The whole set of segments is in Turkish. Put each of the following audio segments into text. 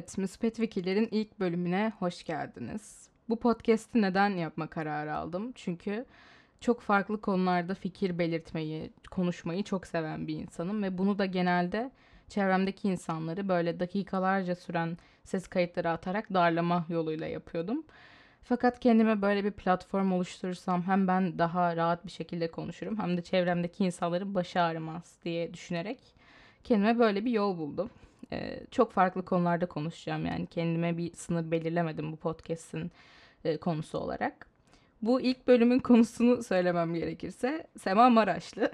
Evet, Müspet Fikirler'in ilk bölümüne hoş geldiniz. Bu podcast'i neden yapma kararı aldım? Çünkü çok farklı konularda fikir belirtmeyi, konuşmayı çok seven bir insanım ve bunu da genelde çevremdeki insanları böyle dakikalarca süren ses kayıtları atarak darlama yoluyla yapıyordum. Fakat kendime böyle bir platform oluşturursam hem ben daha rahat bir şekilde konuşurum hem de çevremdeki insanların başı ağrımaz diye düşünerek kendime böyle bir yol buldum. Çok farklı konularda konuşacağım, yani kendime bir sınır belirlemedim bu podcast'in konusu olarak. Bu ilk bölümün konusunu söylemem gerekirse Sema Maraşlı.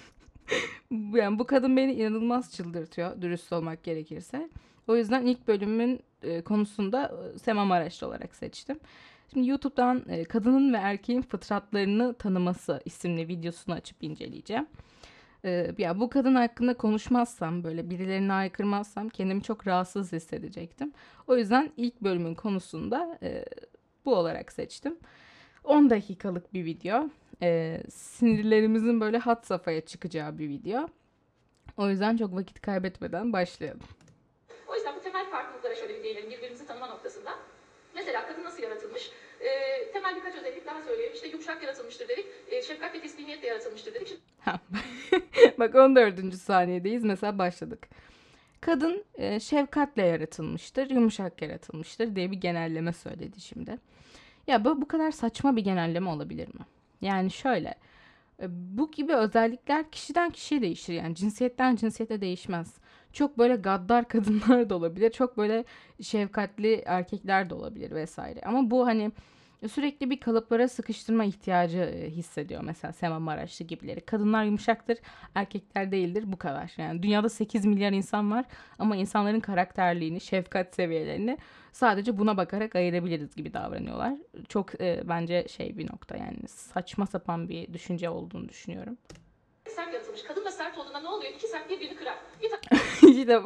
Yani bu kadın beni inanılmaz çıldırtıyor, dürüst olmak gerekirse. O yüzden ilk bölümün konusunda Sema Maraşlı olarak seçtim. Şimdi YouTube'dan Kadının ve Erkeğin Fıtratlarını Tanıması isimli videosunu açıp inceleyeceğim. Ya bu kadın hakkında konuşmazsam, böyle birilerine aykırmazsam kendimi çok rahatsız hissedecektim. O yüzden ilk bölümün konusunda bu olarak seçtim. 10 dakikalık bir video. Sinirlerimizin böyle had safhaya çıkacağı bir video. O yüzden çok vakit kaybetmeden başlayalım. O yüzden bu temel farklılıklara şöyle bir değinelim birbirimizi tanıma noktasında. Mesela kadın nasıl yaratılmış? Temel birkaç özellik daha söyleyelim. İşte yumuşak yaratılmıştır dedik. Şefkat ve teslimiyetle yaratılmıştır dedik. Bak 14. saniyedeyiz. Mesela başladık. Kadın şefkatle yaratılmıştır, yumuşak yaratılmıştır diye bir genelleme söyledi şimdi. Ya bu kadar saçma bir genelleme olabilir mi? Yani şöyle, bu gibi özellikler kişiden kişiye değişir. Yani cinsiyetten cinsiyete değişmez. Çok böyle gaddar kadınlar da olabilir. Çok böyle şefkatli erkekler de olabilir vesaire. Ama bu hani sürekli bir kalıplara sıkıştırma ihtiyacı hissediyor mesela Sema Maraşlı gibileri. Kadınlar yumuşaktır, erkekler değildir, bu kadar. Yani dünyada 8 milyar insan var ama insanların karakterliğini, şefkat seviyelerini sadece buna bakarak ayırabiliriz gibi davranıyorlar. Çok bence bir nokta, yani saçma sapan bir düşünce olduğunu düşünüyorum. Sert yaratılmış. Kadın da sert olduğunda ne oluyor? İki sert birbirini kırar. İşte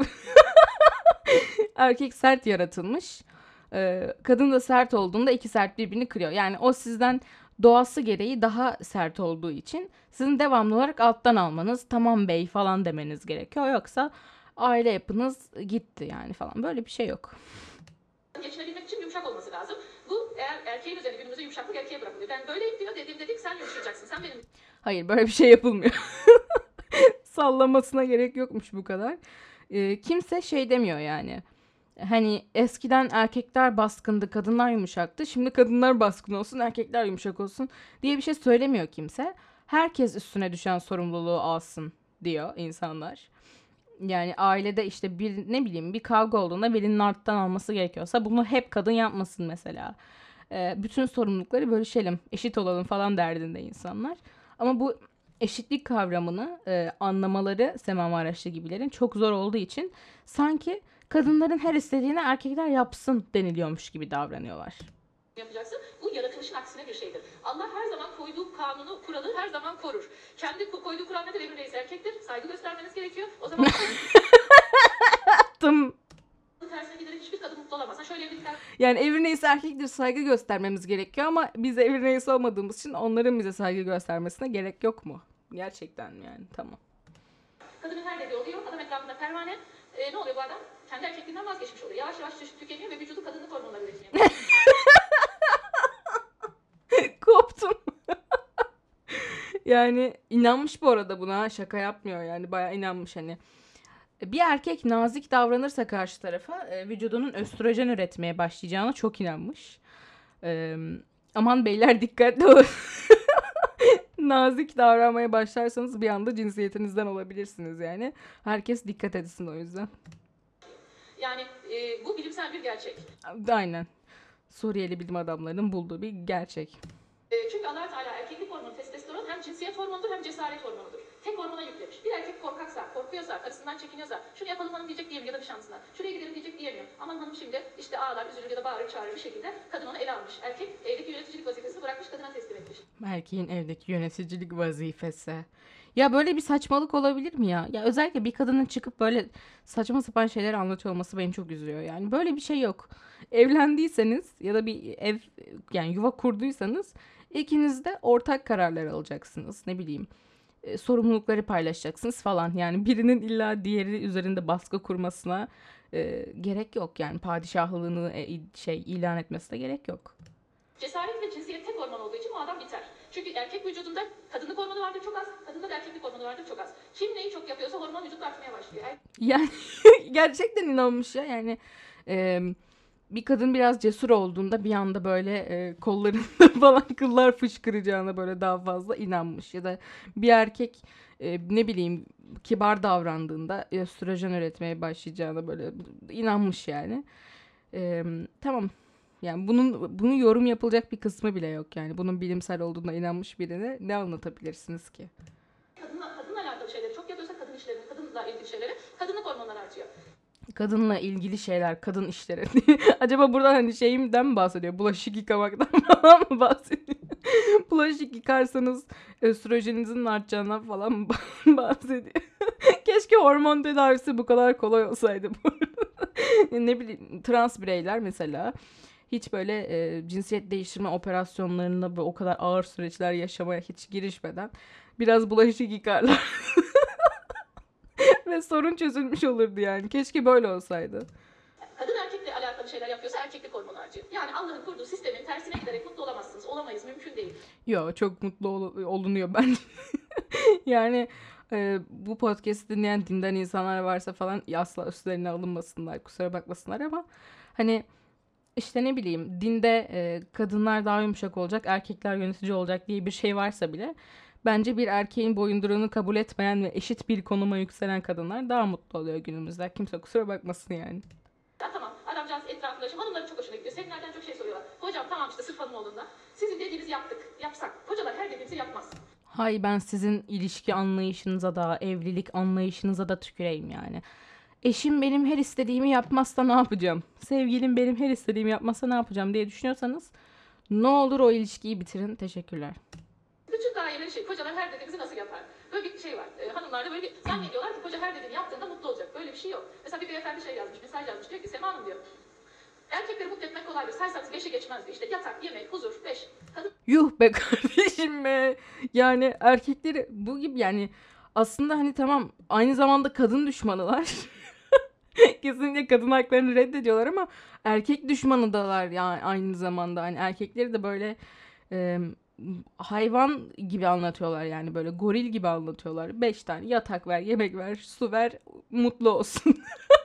erkek sert yaratılmış. Kadın da sert olduğunda iki sert birbirini kırıyor. Yani o sizden doğası gereği daha sert olduğu için sizin devamlı olarak alttan almanız, tamam bey falan demeniz gerekiyor. Yoksa aile yapınız gitti yani falan. Böyle bir şey yok. Geçinebilmek için yumuşak olması lazım. Bu eğer erkeğin üzerine günümüzde yumuşaklık erkeğe bırakılıyor. Ben böyleyim diyor, dedik sen yumuşayacaksın. Sen benim. Hayır, böyle bir şey yapılmıyor. Sallamasına gerek yokmuş bu kadar. Kimse demiyor yani. Hani eskiden erkekler baskındı, kadınlar yumuşaktı. Şimdi kadınlar baskın olsun, erkekler yumuşak olsun diye bir şey söylemiyor kimse. Herkes üstüne düşen sorumluluğu alsın diyor insanlar. Yani ailede işte bir kavga olduğunda birinin alttan alması gerekiyorsa bunu hep kadın yapmasın mesela. Bütün sorumlulukları bölüşelim, eşit olalım falan derdinde insanlar. Ama bu eşitlik kavramını anlamaları Sema Maraşlı gibilerin çok zor olduğu için sanki kadınların her istediğini erkekler yapsın deniliyormuş gibi davranıyorlar. Yapacaksın. Bu yaratılışın aksine bir şeydir. Allah her zaman koyduğu kanunu, kuralı her zaman korur. Kendi koyduğu kural nedir? Evin reisi erkektir. Saygı göstermeniz gerekiyor. O zaman tersine giderek hiçbir kadın mutlu olamaz. Şöyle evlilikler... Yani evin reisi erkektir, saygı göstermemiz gerekiyor ama biz evin reisi olmadığımız için onların bize saygı göstermesine gerek yok mu? Gerçekten yani, tamam. Kadının her dediği oluyor. Adam etrafında pervane. Ne oluyor bu adam? Kendi erkekliğinden vazgeçmiş oluyor. Yavaş yavaş tükeniyor ve vücudu kadınlık hormonları üretmeye. Koptum. Yani inanmış bu arada buna, şaka yapmıyor yani, bayağı inanmış hani. Bir erkek nazik davranırsa karşı tarafa vücudunun östrojen üretmeye başlayacağına çok inanmış. Aman beyler, dikkatli olun. Nazik davranmaya başlarsanız bir anda cinsiyetinizden olabilirsiniz yani. Herkes dikkat etsin o yüzden. Yani bu bilimsel bir gerçek. Aynen. Suriyeli bilim adamlarının bulduğu bir gerçek. Çünkü Allah Teala erkeklik hormonu testosteron hem cinsiyet hormonudur hem cesaret hormonudur. Tek hormona yüklemiş. Bir erkek korkaksa, korkuyorsa, karısından çekiniyorsa, şunu yapalım hanım diyecek diyemiyor ya da nişanlısına. Şuraya gidelim diyecek diyemiyor. Aman hanım şimdi işte ağlar, üzülür ya da bağırır, çağırır bir şekilde kadın onu ele almış. Erkek evdeki yöneticilik vazifesini bırakmış, kadına teslim etmiş. Erkeğin evdeki yöneticilik vazifesi. Ya böyle bir saçmalık olabilir mi ya? Ya özellikle bir kadının çıkıp böyle saçma sapan şeyler anlatıyor olması beni çok üzüyor. Yani böyle bir şey yok. Evlendiyseniz ya da bir ev, yani yuva kurduysanız ikiniz de ortak kararlar alacaksınız. Ne bileyim. sorumlulukları paylaşacaksınız falan. Yani birinin illa diğeri üzerinde baskı kurmasına gerek yok. Yani padişahlığını ilan etmesine gerek yok. Cesaret ve cinsiyet tek hormon olduğu için o adam biter. Çünkü erkek vücudunda kadınlık hormonu vardır çok az, kadında da erkeklik hormonu vardır çok az. Kim neyi çok yapıyorsa hormon vücutta artmaya başlıyor. Yani gerçekten inanmış ya. Yani bir kadın biraz cesur olduğunda bir anda böyle kollarında falan kıllar fışkıracağına böyle daha fazla inanmış. Ya da bir erkek ne bileyim kibar davrandığında östrojen üretmeye başlayacağına böyle inanmış yani. Tamam. Yani bunun yorum yapılacak bir kısmı bile yok yani. Bunun bilimsel olduğuna inanmış birine ne anlatabilirsiniz ki? Kadınla alakalı şeyleri çok yapıyorsa kadın işlerini, kadınla ilgili şeyleri kadınlık hormonları artıyor. Kadınla ilgili şeyler, kadın işleri. Acaba burada hani şeyimden mi bahsediyor? Bulaşık yıkamaktan falan mı bahsediyor? Bulaşık yıkarsanız östrojeninizin artacağından falan mı bahsediyor? Keşke hormon tedavisi bu kadar kolay olsaydı bu arada. Ne bileyim trans bireyler mesela hiç böyle cinsiyet değiştirme operasyonlarında o kadar ağır süreçler yaşamaya hiç girişmeden biraz bulaşık yıkarlar. Ve sorun çözülmüş olurdu yani. Keşke böyle olsaydı. Kadın erkekle alakalı şeyler yapıyorsa erkeklik hormonu harcıyor. Yani Allah'ın kurduğu sistemin tersine giderek mutlu olamazsınız. Olamayız, mümkün değil. Yo çok mutlu olunuyor bence. Yani bu podcast'i dinleyen dinden insanlar varsa falan asla üstlerine alınmasınlar, kusura bakmasınlar ama hani işte ne bileyim dinde kadınlar daha yumuşak olacak, erkekler yönetici olacak diye bir şey varsa bile bence bir erkeğin boyunduruğunu kabul etmeyen ve eşit bir konuma yükselen kadınlar daha mutlu oluyor günümüzde. Kimse kusura bakmasın yani. Ya tamam, adamcağız etrafında, şimdi hanımların çok hoşuna gidiyor. Seninlerden çok şey soruyorlar. Hocam tamam işte sırf hanım olduğunda. Sizin dediğinizi yaptık, yapsak. Kocalar her dediğimizi yapmaz. Hay ben sizin ilişki anlayışınıza da, evlilik anlayışınıza da tüküreyim yani. Eşim benim her istediğimi yapmazsa ne yapacağım? Sevgilim benim her istediğimi yapmazsa ne yapacağım diye düşünüyorsanız ne olur o ilişkiyi bitirin. Teşekkürler. Bütün daire kocalar her dediğimizi nasıl yapar? Böyle bir şey var. Hanımlarda böyle bir zannediyorlar ki koca her dediğini yaptığında mutlu olacak. Böyle bir şey yok. Mesela bir beyefendi mesaj yazmış. Diyor ki Sema Hanım diyor. Erkekleri mutlu etmek kolaydır. Saysanız 5'e geçmez diyor. İşte yatak, yemek, huzur, 5. Kadın Yuh be kardeşim be. Yani erkekleri bu gibi yani aslında hani tamam aynı zamanda kadın düşmanılar. Kesinlikle kadın haklarını reddediyorlar ama erkek düşmanı dalar yani aynı zamanda. Hani erkekleri de böyle e, hayvan gibi anlatıyorlar yani böyle goril gibi anlatıyorlar. 5 tane yatak ver, yemek ver, su ver, mutlu olsun.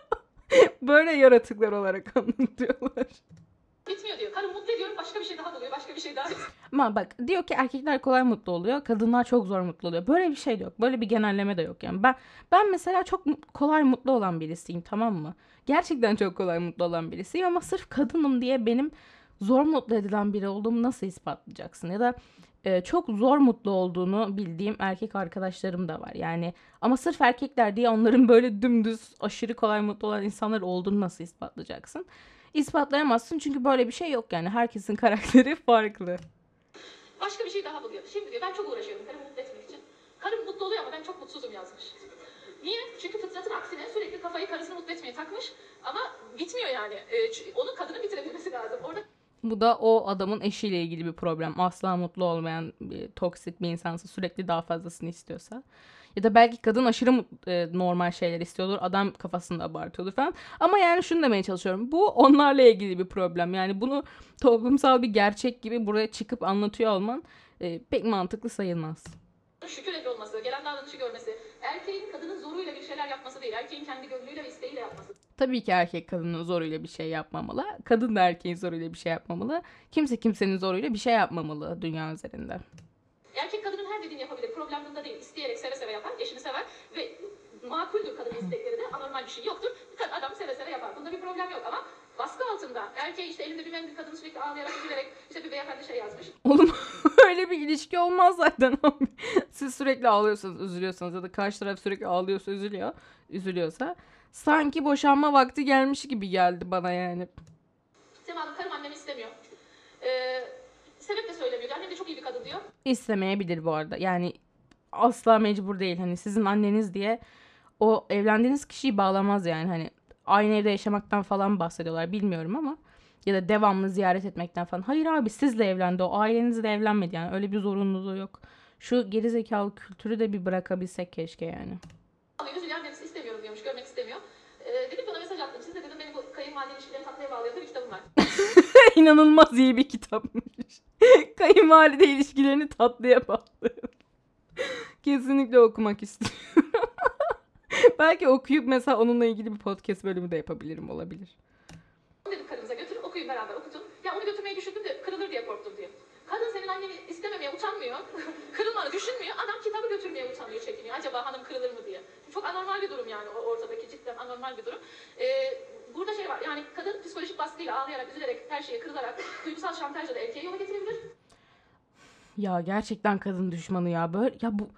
Böyle yaratıklar olarak anlatıyorlar. bitmiyor diyor. Karım mutlu ediyorum başka bir şey daha buluyor. Başka bir şey daha. Ama bak diyor ki erkekler kolay mutlu oluyor, kadınlar çok zor mutlu oluyor. Böyle bir şey de yok. Böyle bir genelleme de yok yani. Ben mesela çok kolay mutlu olan birisiyim, tamam mı? Gerçekten çok kolay mutlu olan birisiyim ama sırf kadınım diye benim zor mutlu edilen biri olduğumu nasıl ispatlayacaksın? Ya da çok zor mutlu olduğunu bildiğim erkek arkadaşlarım da var. Yani ama sırf erkekler diye onların böyle dümdüz aşırı kolay mutlu olan insanlar olduğunu nasıl ispatlayacaksın? İspatlayamazsın çünkü böyle bir şey yok yani. Herkesin karakteri farklı. Başka bir şey daha buluyor. Şimdi diyor ben çok uğraşıyorum karımı mutlu etmek için. Karım mutlu oluyor ama ben çok mutsuzum yazmış. Niye? Çünkü fıtratın aksine sürekli kafayı karısını mutlu etmeye takmış ama bitmiyor yani. Onu kadının bitirebilmesi lazım. Orada Bu da o adamın eşiyle ilgili bir problem. Asla mutlu olmayan, toksik bir insansa sürekli daha fazlasını istiyorsa. Ya da belki kadın aşırı normal şeyler istiyordur. Adam kafasında abartıyordur falan. Ama yani şunu demeye çalışıyorum. Bu onlarla ilgili bir problem. Yani bunu toplumsal bir gerçek gibi buraya çıkıp anlatıyor olman pek mantıklı sayılmaz. şükür ehli olması, gelen davranışı görmesi, erkeğin kadının zoruyla bir şeyler yapması değil, erkeğin kendi gönlüyle ve isteğiyle yapması. Tabii ki erkek kadının zoruyla bir şey yapmamalı. Kadın da erkeğin zoruyla bir şey yapmamalı. Kimse kimsenin zoruyla bir şey yapmamalı dünya üzerinde. Erkek kadının her dediğini yapabilir. Problem bunda değil. İsteyerek seve seve yapar, eşini sever ve makuldür kadın istekleri de, anormal bir şey yoktur. Adam seve seve yapar. Bunda bir problem yok ama baskı altında erkeği işte elinde bir mendil, kadını sürekli ağlayarak üzülerek, işte bir beyefendi yazmış. Oğlum öyle bir ilişki olmaz zaten abi. Siz sürekli ağlıyorsanız, üzülüyorsanız ya da karşı taraf sürekli ağlıyorsa, üzülüyorsa sanki boşanma vakti gelmiş gibi geldi bana yani. Sema Hanım karım annemi istemiyor. Sebep de söylemiyor. Annem de çok iyi bir kadın diyor. İstemeyebilir bu arada. Yani asla mecbur değil. Hani sizin anneniz diye o evlendiğiniz kişiyi bağlamaz yani. Hani aynı evde yaşamaktan falan bahsediyorlar bilmiyorum ama ya da devamlı ziyaret etmekten falan. Hayır abi sizle evlendi o. Ailenizle evlenmedi yani. Öyle bir zorunluluğu yok. Şu gerizekalı kültürü de bir bırakabilsek keşke yani. Hülya kendisi istemiyorum diyormuş, görmek istemiyor. Dedim ki ona mesaj attım. Siz de dedim benim bu kayınvalide ilişkilerini tatlıya bağlayan bir kitabım var. İnanılmaz iyi bir kitapmış. Kayınvalide ilişkilerini tatlıya bağlıyor. Kesinlikle okumak istiyorum. Belki okuyup mesela onunla ilgili bir podcast bölümü de yapabilirim, olabilir. Dedim karınıza götürün, okuyun beraber okutun. Ya onu götürmeyi düşündüm de kırılır diye korktum diyor. Kadın senin anneni istememeye utanmıyor. Kırılmanı düşünmüyor. Adam kitabı götürmeye utanıyor, çekiniyor. Acaba hanım kırılır mı diye. Çok anormal bir durum yani o ortadaki, cidden anormal bir durum. Burada şey var, yani kadın psikolojik baskıyla, ağlayarak, üzülerek, her şeye kırılarak, duygusal şantajla da erkeği yola getirebilir. Ya gerçekten kadın düşmanı ya. Böyle ya bu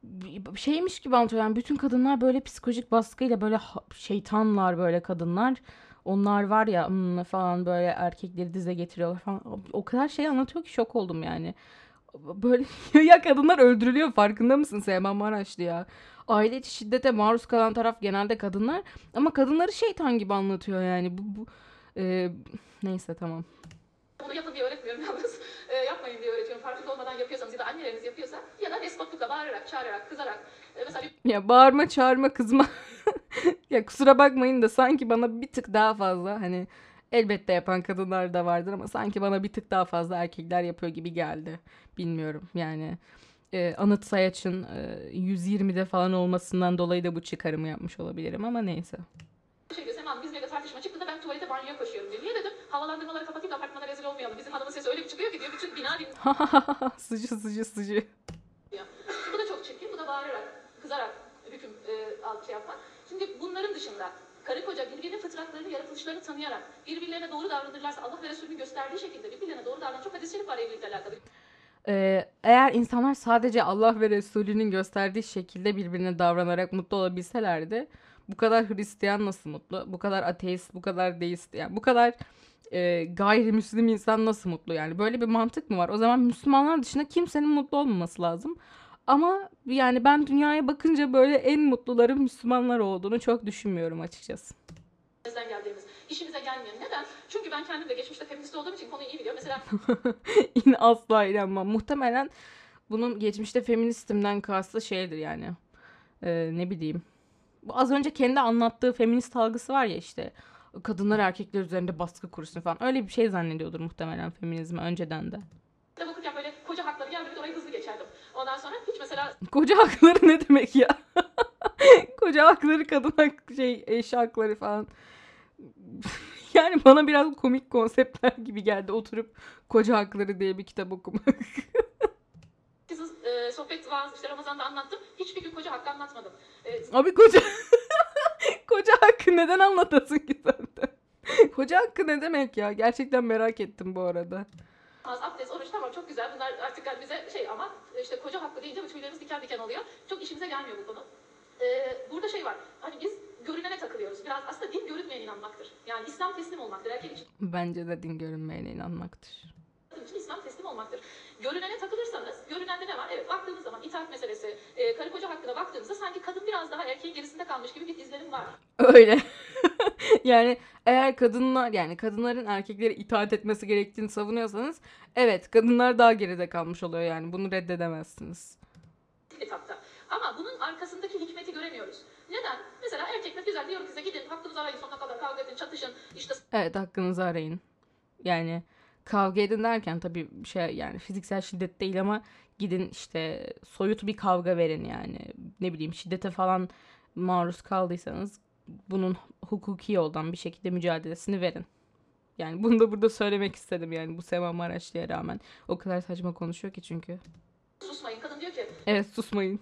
şeymiş gibi anlatıyor. Yani bütün kadınlar böyle psikolojik baskıyla böyle şeytanlar böyle kadınlar. Onlar var ya falan böyle erkekleri dize getiriyorlar falan. O kadar şey anlatıyor ki şok oldum yani. Böyle ya kadınlar öldürülüyor, farkında mısın Seyman Maraşlı ya? Aile içi şiddete maruz kalan taraf genelde kadınlar ama kadınları şeytan gibi anlatıyor yani. E, neyse tamam. Bunu yapın diye öğretmiyorum yalnız. Yapmayın diye öğretiyorum. Farkında olmadan yapıyorsanız ya da anneleriniz yapıyorsa ya da despotlukla, bağırarak, çağırarak, kızarak. Mesela Ya bağırma, çağırma, kızma. Ya kusura bakmayın da sanki bana bir tık daha fazla, hani elbette yapan kadınlar da vardır ama sanki bana bir tık daha fazla erkekler yapıyor gibi geldi. Bilmiyorum yani. Anıt Sayaç'ın 120'de falan olmasından dolayı da bu çıkarımı yapmış olabilirim ama neyse. şey diyor, Sema Hanım İzmir'de tartışma çıktı da ben tuvalete banyoya koşuyorum diyor. Niye dedim? Havalandırmaları kapatayım da apartmana rezil olmayalım. Bizim hanımın sesi öyle bir çıkıyor ki diyor. Bütün bina Sıcı sıcı sıcı. dinliyor. Bu da çok çirkin. Bu da bağırarak, kızarak hüküm şey yapmak. Şimdi bunların dışında karı koca birbirinin fıtratlarını, yaratılışlarını tanıyarak birbirlerine doğru davranırlarsa Allah ve Resulünün gösterdiği şekilde birbirlerine doğru davranan çok hadis-i şerif var evlilikle alakalı. Eğer insanlar sadece Allah ve Resulünün gösterdiği şekilde birbirine davranarak mutlu olabilselerdi, bu kadar Hristiyan nasıl mutlu, bu kadar ateist, bu kadar deist, yani bu kadar gayrimüslim insan nasıl mutlu, yani böyle bir mantık mı var? O zaman Müslümanlar dışında kimsenin mutlu olmaması lazım. Ama yani ben dünyaya bakınca böyle en mutluların Müslümanlar olduğunu çok düşünmüyorum açıkçası. Geldiğimiz, işimize gelmeyen. Neden? Çünkü ben kendim de geçmişte feminist olduğum için konuyu iyi biliyorum. Mesela Asla inanmam. Muhtemelen bunun geçmişte feministimden kastı şeydir yani. Ne bileyim. Bu az önce kendi anlattığı feminist algısı var ya, işte kadınlar erkekler üzerinde baskı kursun falan. Öyle bir şey zannediyordur muhtemelen feminizmi önceden de. okurken böyle koca hakları geldi, bir de orayı hızlı geçerdim. Ondan sonra hiç mesela Koca hakları ne demek ya? Koca hakları, kadın eş hakları falan. Yani bana biraz komik konseptler gibi geldi oturup Koca Hakları diye bir kitap okumak. sohbet vaaz işte Ramazan'da anlattım. Hiçbir gün koca hakkı anlatmadım. Abi koca hakkı neden anlatasın ki zaten? Koca hakkı ne demek ya? Gerçekten merak ettim bu arada. Abdest, oruç tamam çok güzel. Bunlar artık bize şey ama işte koca hakkı deyince tüylerimiz diken diken oluyor. Çok işimize gelmiyor bu konu. Burada şey var. Hani biz görünene takılıyoruz. Biraz aslında din görünmeyene inanmaktır. Yani İslam teslim olmaktır. Erkek için Bence de din görünmeyene inanmaktır. İslam teslim olmaktır. Görünene takılırsanız, görünende ne var? Evet, baktığınız zaman itaat meselesi, karı koca hakkına baktığınızda sanki kadın biraz daha erkeğin gerisinde kalmış gibi bir izlenim var. Öyle. Yani eğer kadınların erkeklere itaat etmesi gerektiğini savunuyorsanız, evet, kadınlar daha geride kalmış oluyor yani. Bunu reddedemezsiniz. Etapta. Ama bunun arkasındaki hikmeti göremiyoruz. Neden? Mesela erkekler güzel diyor ki size gidin hakkınızı arayın sonuna kadar kavga edin çatışın işte. Evet, hakkınızı arayın. Yani kavga edin derken tabii yani fiziksel şiddet değil ama gidin işte soyut bir kavga verin yani. Ne bileyim, şiddete falan maruz kaldıysanız bunun hukuki yoldan bir şekilde mücadelesini verin. Yani bunu da burada söylemek istedim yani, bu Sema Maraşlı'ya rağmen. O kadar saçma konuşuyor ki çünkü. Susmayın. Kadın diyor ki Evet, susmayın.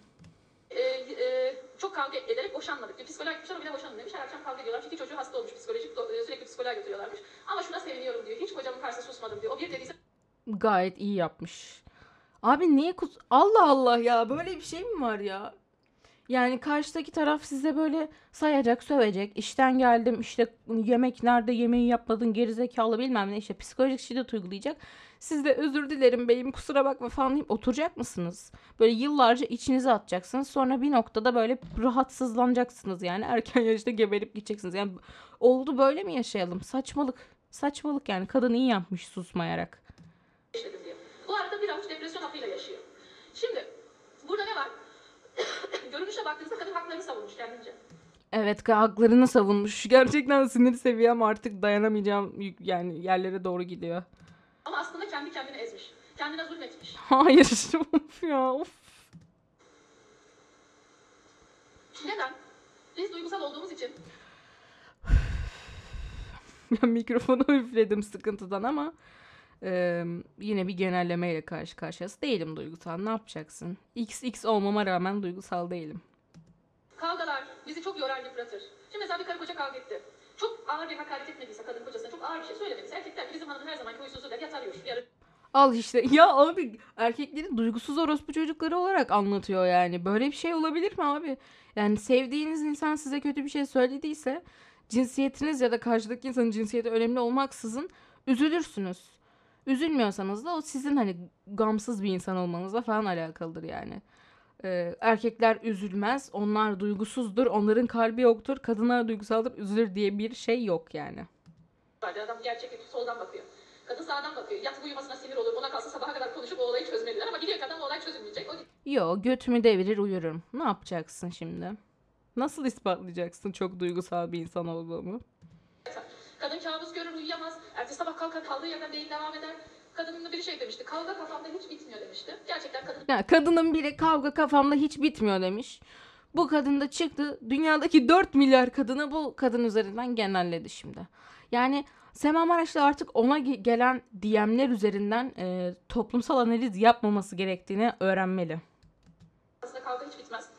çok kavga ederek boşanmadık diyor. Psikoloğa gitmişler, o bile boşanın demiş. Her akşam kavga ediyorlar. Çünkü çocuğu hasta olmuş psikolojik. Sürekli psikoloğa götürüyorlarmış. Ama şuna seviniyorum diyor. Hiç kocamın karşısında susmadım diyor. O bir dediyse Gayet iyi yapmış. Abi niye Allah Allah ya, böyle bir şey mi var ya? Yani karşıdaki taraf size böyle sayacak, sövecek. İşten geldim, işte yemek nerede, yemeği yapmadın, gerizekalı bilmem ne, işte psikolojik şiddet uygulayacak. Siz de özür dilerim beyim, kusura bakma falan deyip oturacak mısınız? Böyle yıllarca içinize atacaksınız. Sonra bir noktada böyle rahatsızlanacaksınız yani. Erken yaşta geberip gideceksiniz. Yani oldu, böyle mi yaşayalım? Saçmalık. Saçmalık yani. Kadın iyi yapmış susmayarak. yaşadım diyor. Bu arada bir avuç depresyon hapıyla yaşıyor. Şimdi Burada ne var? Görünüşe baktığınızda kadın haklarını savunmuş kendince. Evet, haklarını savunmuş. Gerçekten sinir seviyem artık dayanamayacağım yani yerlere doğru gidiyor. Ama aslında kendi kendini ezmiş. Kendine zulmetmiş. Hayır. Of ya, of. Neden? Biz duygusal olduğumuz için. Ben mikrofonu üfledim sıkıntıdan ama yine bir genellemeyle karşı karşıyası değilim duygusal. Ne yapacaksın? XX olmama rağmen duygusal değilim. Kavgalar bizi çok yorar, yıpratır. Şimdi mesela bir karı koca kavga etti. Çok ağır bir hakaret etmediyse kadın kocasına, çok ağır bir şey söylemediyse erkekler bizim hanımın her zamanki huysuzluğu der, yatar uyur. Yarın Al işte. Ya abi, erkeklerin duygusuz orospu çocukları olarak anlatıyor yani. Böyle bir şey olabilir mi abi? Yani sevdiğiniz insan size kötü bir şey söylediyse cinsiyetiniz ya da karşıdaki insanın cinsiyeti önemli olmaksızın üzülürsünüz. Üzülmüyorsanız da o sizin hani gamsız bir insan olmanızla falan alakalıdır yani. Erkekler üzülmez, onlar duygusuzdur, onların kalbi yoktur, kadınlar duygusaldır, üzülür diye bir şey yok yani. vardır. Adam gerçek soldan bakıyor. Kadın sağdan bakıyor. Yatıp uyumasına sinir olur. Ona kalsa sabaha kadar konuşup o olayı çözmeliler ama biliyor ki adam o olay çözülmeyecek. O Yo, götümü devirir uyurum. Ne yapacaksın şimdi? Nasıl ispatlayacaksın çok duygusal bir insan olduğumu? yatar. Kadın kabus görür, uyuyamaz. Ertesi sabah kalkar kaldığı yerden değil devam eder. Kadının biri şey demişti. Kavga kafamda hiç bitmiyor demişti. Gerçekten kadın Ya kadının biri kavga kafamda hiç bitmiyor demiş. Bu kadın da çıktı. Dünyadaki 4 milyar kadını bu kadın üzerinden genelledi şimdi. Yani Sema Maraşlı artık ona gelen DM'ler üzerinden toplumsal analiz yapmaması gerektiğini öğrenmeli. arasında kavga hiç bitmez.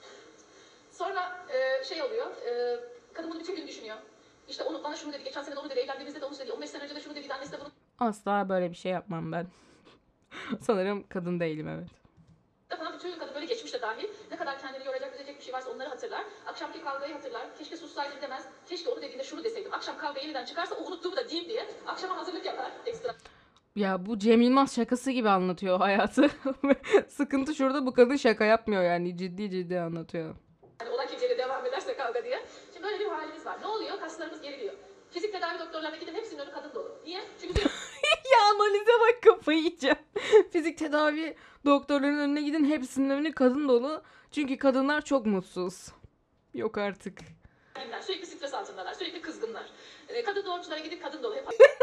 Sonra şey oluyor. Kadın bunu bütün gün düşünüyor. İşte onu bana şunu dedi, geçen sene de onu dedi, evlendiğimizde de onu dedi, 15 sene önce de şunu dedi, annesi de bunu Asla böyle bir şey yapmam ben. Sanırım kadın değilim, evet. falan bütün kadın böyle geçmişte dahil ne kadar kendini yoracak, üzecek bir şey varsa onları hatırlar. Akşamki kavgayı hatırlar. Keşke sussaydım demez. Keşke onu dediğinde şunu deseydim. Akşam kavga yeniden çıkarsa o unuttuğumu da diyeyim diye akşama hazırlık yapar ekstra. Ya bu Cem Yılmaz şakası gibi anlatıyor hayatı. Sıkıntı şurada, bu kadın şaka yapmıyor yani, ciddi ciddi anlatıyor. Yani olay kimseyle devam ederse kavga diye. Şimdi böyle bir halimiz var. Ne oluyor? Kaslarımız geriliyor. Fizik tedavi doktorlarına gidin, hepsinin önü kadın dolu. Niye? Çünkü Ya analize bak, kafayı yiyeceğim. Fizik tedavi doktorlarının önüne gidin, hepsinin önü kadın dolu. Çünkü kadınlar çok mutsuz. Yok artık. sürekli stres altındalar, sürekli kızgınlar. Kadın doğumculara gidin, kadın dolu. Hep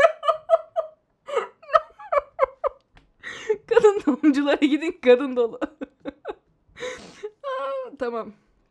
Kadın doğumculara gidin, kadın dolu. Tamam.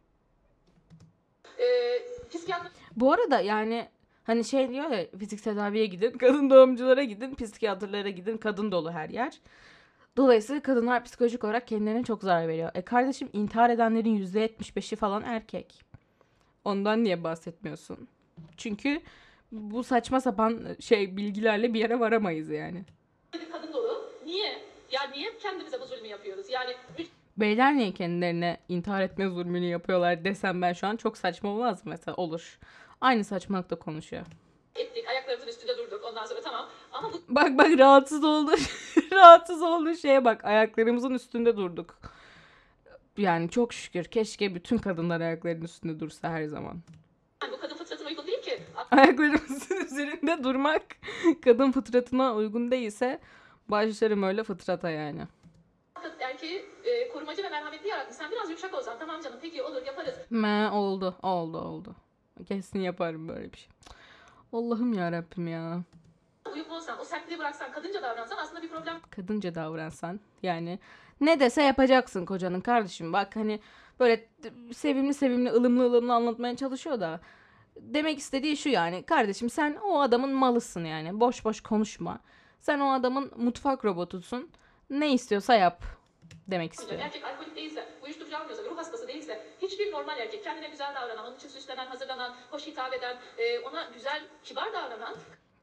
Psikiyatr Bu arada yani hani şey diyor ya, fizik tedaviye gidin, kadın doğumculara gidin, psikiyatrlara gidin, kadın dolu her yer. Dolayısıyla kadınlar psikolojik olarak kendilerine çok zarar veriyor. Kardeşim, intihar edenlerin %75'i falan erkek. Ondan niye bahsetmiyorsun? Çünkü bu saçma sapan bilgilerle bir yere varamayız yani. kadın dolu. Niye? Ya niye kendimize bu zulmü yapıyoruz? Yani Beyler niye kendilerine intihar etme zulmünü yapıyorlar desem ben şu an çok saçma olmaz mı mesela? Olur. Aynı saçmalıkta konuşuyor. ettik, ayaklarımızın üstünde durduk. Ondan sonra tamam. Ama bu Bak rahatsız oldu. Rahatsız olduğu şeye bak. Ayaklarımızın üstünde durduk. Yani çok şükür. Keşke bütün kadınlar ayaklarının üstünde dursa her zaman. bu kadın fıtratına uygun değil ki. Ayaklarımızın üzerinde durmak kadın fıtratına uygun değilse başlarım öyle fıtrata yani. Erkeği korumacı ve merhametli yaratmış. Sen biraz yumuşak olsan tamam canım peki olur yaparız. Oldu. Kesin yaparım böyle bir şey. Allah'ım ya Rabbim ya. Uyumlu olsan, o sertliği bıraksan, kadınca davransan aslında bir problem Kadınca davransan yani ne dese yapacaksın kocanın, kardeşim. Bak hani böyle sevimli ılımlı anlatmaya çalışıyor da demek istediği şu yani, kardeşim sen o adamın malısın yani, boş boş konuşma. Sen o adamın mutfak robotusun. Ne istiyorsa yap demek istiyor. Erkek alkolik değilse, uyuşturucu almıyorsa, ruh hastası değilse, hiçbir normal erkek kendine güzel davranan, onun için süslenen, hazırlanan, hoş hitap eden, ona güzel, kibar davranan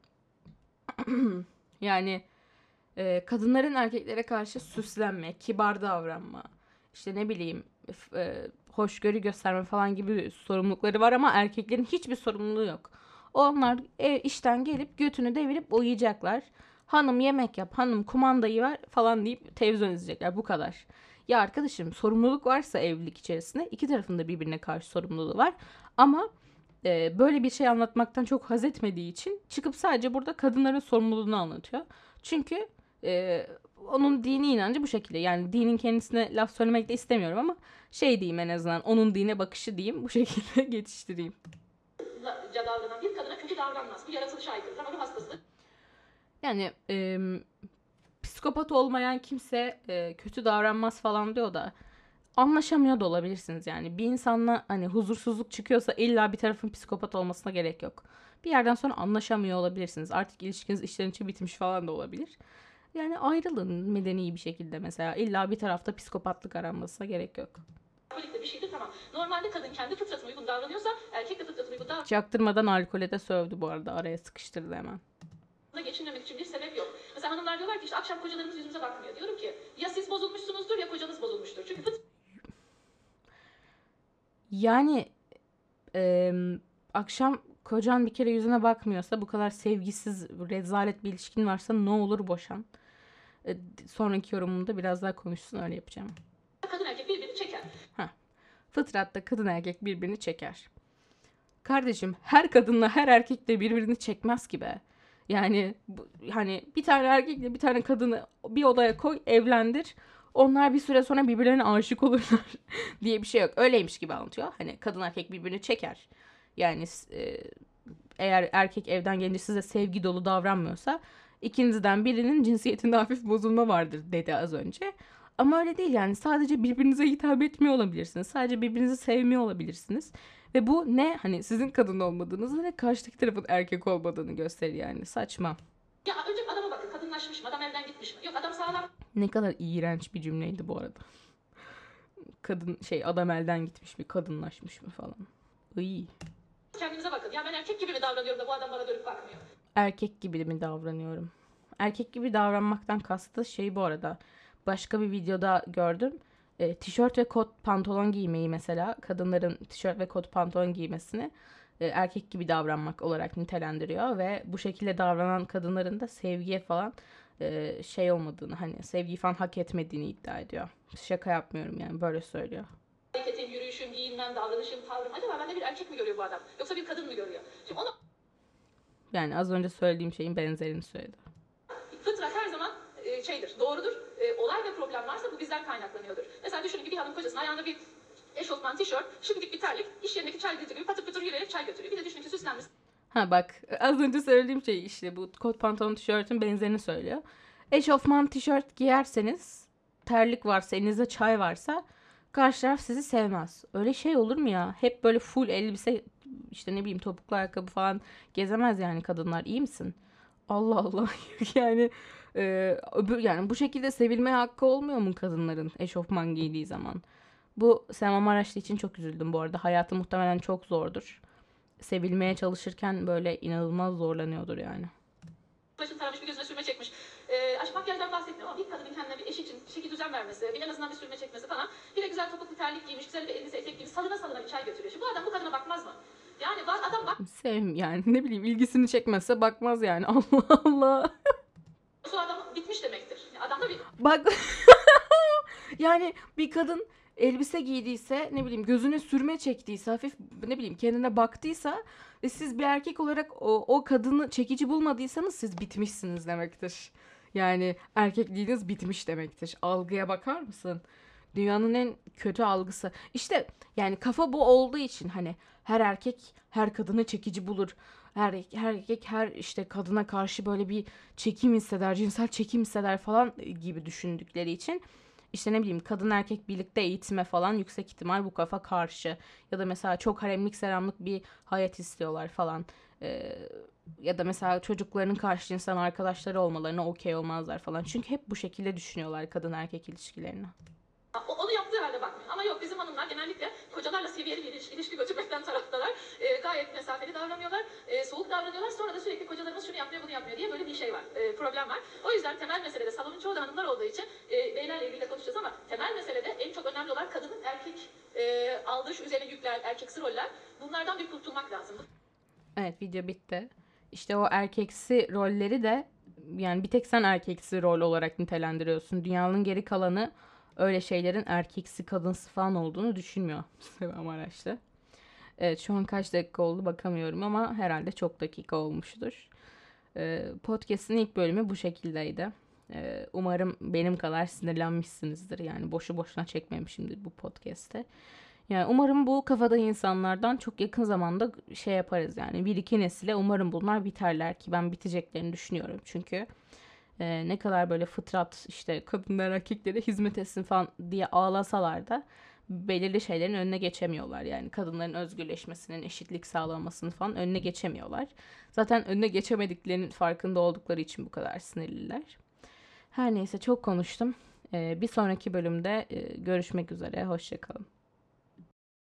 Yani kadınların erkeklere karşı süslenme, kibar davranma, işte ne bileyim hoşgörü gösterme falan gibi sorumlulukları var ama erkeklerin hiçbir sorumluluğu yok. Onlar işten gelip götünü devirip uyuyacaklar. Hanım yemek yap, hanım kumandayı ver falan deyip televizyon izleyecekler. Bu kadar. Ya arkadaşım, sorumluluk varsa evlilik içerisinde iki tarafın da birbirine karşı sorumluluğu var. Ama böyle bir şey anlatmaktan çok haz etmediği için çıkıp sadece burada kadınların sorumluluğunu anlatıyor. Çünkü onun dini inancı bu şekilde. Yani dinin kendisine laf söylemek de istemiyorum ama şey diyeyim, en azından onun dine bakışı diyeyim, bu şekilde geçiştireyim. Davranan bir kadına kötü davranmaz. Bu yaratılışa aykırıdır ama ruh hastasıdır. Yani psikopat olmayan kimse kötü davranmaz falan diyor da anlaşamıyor da olabilirsiniz yani. Bir insanla hani huzursuzluk çıkıyorsa illa bir tarafın psikopat olmasına gerek yok. Bir yerden sonra anlaşamıyor olabilirsiniz. Artık ilişkiniz içten içe bitmiş falan da olabilir. Yani ayrılın medeni bir şekilde mesela. İlla bir tarafta psikopatlık aranmasına gerek yok. Alkolik de bir şeydir, tamam. Normalde kadın kendi fıtratına uygun davranıyorsa erkek de fıtratına uygun Çaktırmadan alkole de sövdü bu arada. Araya sıkıştırdı hemen. geçinmemek için bir sebep yok. Mesela hanımlar diyorlar ki işte akşam kocalarımız yüzümüze bakmıyor. Diyorum ki ya siz bozulmuşsunuzdur ya kocanız bozulmuştur. Çünkü Yani akşam kocan bir kere yüzüne bakmıyorsa, bu kadar sevgisiz, rezalet bir ilişkin varsa ne olur boşan. Sonraki yorumumda biraz daha konuşsun, öyle yapacağım. kadın erkek birbirini çeker. Fıtratta kadın erkek birbirini çeker. Kardeşim, her kadınla her erkek de birbirini çekmez ki be. Yani hani bir tane erkekle bir tane kadını bir odaya koy, evlendir. Onlar bir süre sonra birbirlerine aşık olurlar diye bir şey yok. Öyleymiş gibi anlatıyor. Hani kadın erkek birbirini çeker. Yani eğer erkek evden gelince size sevgi dolu davranmıyorsa ikinizden birinin cinsiyetinde hafif bozulma vardır dedi az önce. Ama öyle değil yani, sadece birbirinize hitap etmiyor olabilirsiniz. Sadece birbirinizi sevmiyor olabilirsiniz. Ve bu ne hani sizin kadın olmadığınızı ne karşıdaki tarafın erkek olmadığını gösterir yani. Saçma. Ya önce adama bakın, kadınlaşmış mı, adam evden gitmiş mi? Yok, adam sağlam. Ne kadar iğrenç bir cümleydi bu arada. Kadın adam elden gitmiş mi, kadınlaşmış mı falan. Iy. Kendinize bakın. Ya ben erkek gibi mi davranıyorum da bu adam bana dönüp bakmıyor? Erkek gibi mi davranıyorum? Erkek gibi davranmaktan kastı bu arada. Başka bir videoda gördüm. Tişört ve kot pantolon giymeyi, mesela kadınların tişört ve kot pantolon giymesini erkek gibi davranmak olarak nitelendiriyor ve bu şekilde davranan kadınların da sevgiye falan olmadığını, hani sevgiyi falan hak etmediğini iddia ediyor. Şaka yapmıyorum yani, böyle söylüyor. Hareketim, yürüyüşüm, giyinmem, davranışım, tavrım. Acaba bende bir erkek mi görüyor bu adam? Yoksa bir kadın mı görüyor? Şimdi onu Yani az önce söylediğim şeyin benzerini söyledi. fıtrat her zaman şeydir, doğrudur. Olay ve problem varsa bu bizden kaynaklanıyordur. Mesela düşünün ki bir hanım kocasının ayağında bir eşofman, tişört, şıkıdık bir terlik, iş yerindeki çay filtre gibi patır patır yürüyerek çay götürüyor. Bir de düşünün ki süslenmiş. Ha bak, az önce söylediğim şey işte bu kot pantolon tişörtün benzerini söylüyor. Eşofman tişört giyerseniz, terlik varsa, elinizde çay varsa karşı taraf sizi sevmez. Öyle şey olur mu ya? Hep böyle full elbise, işte ne bileyim topuklu ayakkabı falan gezemez yani kadınlar. İyi misin? Allah Allah. Yani yani bu şekilde sevilmeye hakkı olmuyor mu kadınların eşofman giydiği zaman? Bu Sema Maraşlı için çok üzüldüm bu arada. Hayatı muhtemelen çok zordur. Sevilmeye çalışırken böyle inanılmaz zorlanıyordur yani. Başını taramış, bir gözüne sürme çekmiş. Aşk makyajdan bahsetmiyorum ama bir kadının kendine bir eş için şekil düzen vermesi, bir en azından bir sürme çekmesi falan. Bir de güzel topuklu terlik giymiş, güzel bir elbise, etek giymiş, salına salına bir çay götürüyor. Şimdi bu adam bu kadına bakmaz mı? Yani adam bak. Yani ne bileyim, ilgisini çekmezse bakmaz yani. Allah Allah. O adam bitmiş demektir. Adam da bir Bak yani bir kadın elbise giydiyse, ne bileyim gözüne sürme çektiyse, hafif ne bileyim kendine baktıysa ve siz bir erkek olarak o kadını çekici bulmadıysanız siz bitmişsiniz demektir. Yani erkekliğiniz bitmiş demektir. Algıya bakar mısın? Dünyanın en kötü algısı. İşte yani kafa bu olduğu için hani her erkek her kadını çekici bulur. Her erkek her işte kadına karşı böyle bir çekim hisseder, cinsel çekim hisseder falan gibi düşündükleri için işte ne bileyim kadın erkek birlikte eğitime falan yüksek ihtimal bu kafa karşı. Ya da mesela çok haremlik selamlık bir hayat istiyorlar falan. Ya da mesela çocuklarının karşı cinsel arkadaşları olmalarına okey olmazlar falan. Çünkü hep bu şekilde düşünüyorlar kadın erkek ilişkilerini. onu yaptığı halde bakmıyor. Ama yok, bizim hanımlar genellikle kocalarla seviyeli bir ilişki götürmekten taraftalar. Gayet mesafeli davranıyorlar, soğuk davranıyorlar. Sonra da sürekli kocalarımız şunu yapmıyor, bunu yapmıyor diye böyle bir şey var, problem var. O yüzden temel meselede salonun çoğu da hanımlar olduğu için beylerle ilgili de konuşacağız ama temel meselede en çok önemli olan kadının erkek aldığı şu üzerine yükler, erkeksi roller. Bunlardan bir kurtulmak lazım. Evet, video bitti. İşte o erkeksi rolleri de yani bir tek sen erkeksi rol olarak nitelendiriyorsun. Dünyanın geri kalanı öyle şeylerin erkeksi kadınsı falan olduğunu düşünmüyor. Sevam Araç'ta. Evet, şu an kaç dakika oldu bakamıyorum ama herhalde çok dakika olmuştur. Podcast'in ilk bölümü bu şekildeydi. Umarım benim kadar sinirlenmişsinizdir. Yani boşu boşuna çekmemişimdir bu podcast'te. Yani umarım bu kafada insanlardan çok yakın zamanda şey yaparız yani. Bir iki nesile umarım bunlar biterler ki ben biteceklerini düşünüyorum. Çünkü ne kadar böyle fıtrat işte kadınlar erkeklere hizmet etsin falan diye ağlasalar da belirli şeylerin önüne geçemiyorlar. Yani kadınların özgürleşmesinin, eşitlik sağlanmasının falan önüne geçemiyorlar. Zaten önüne geçemediklerinin farkında oldukları için bu kadar sinirliler. Her neyse çok konuştum. Bir sonraki bölümde görüşmek üzere. Hoşça kalın.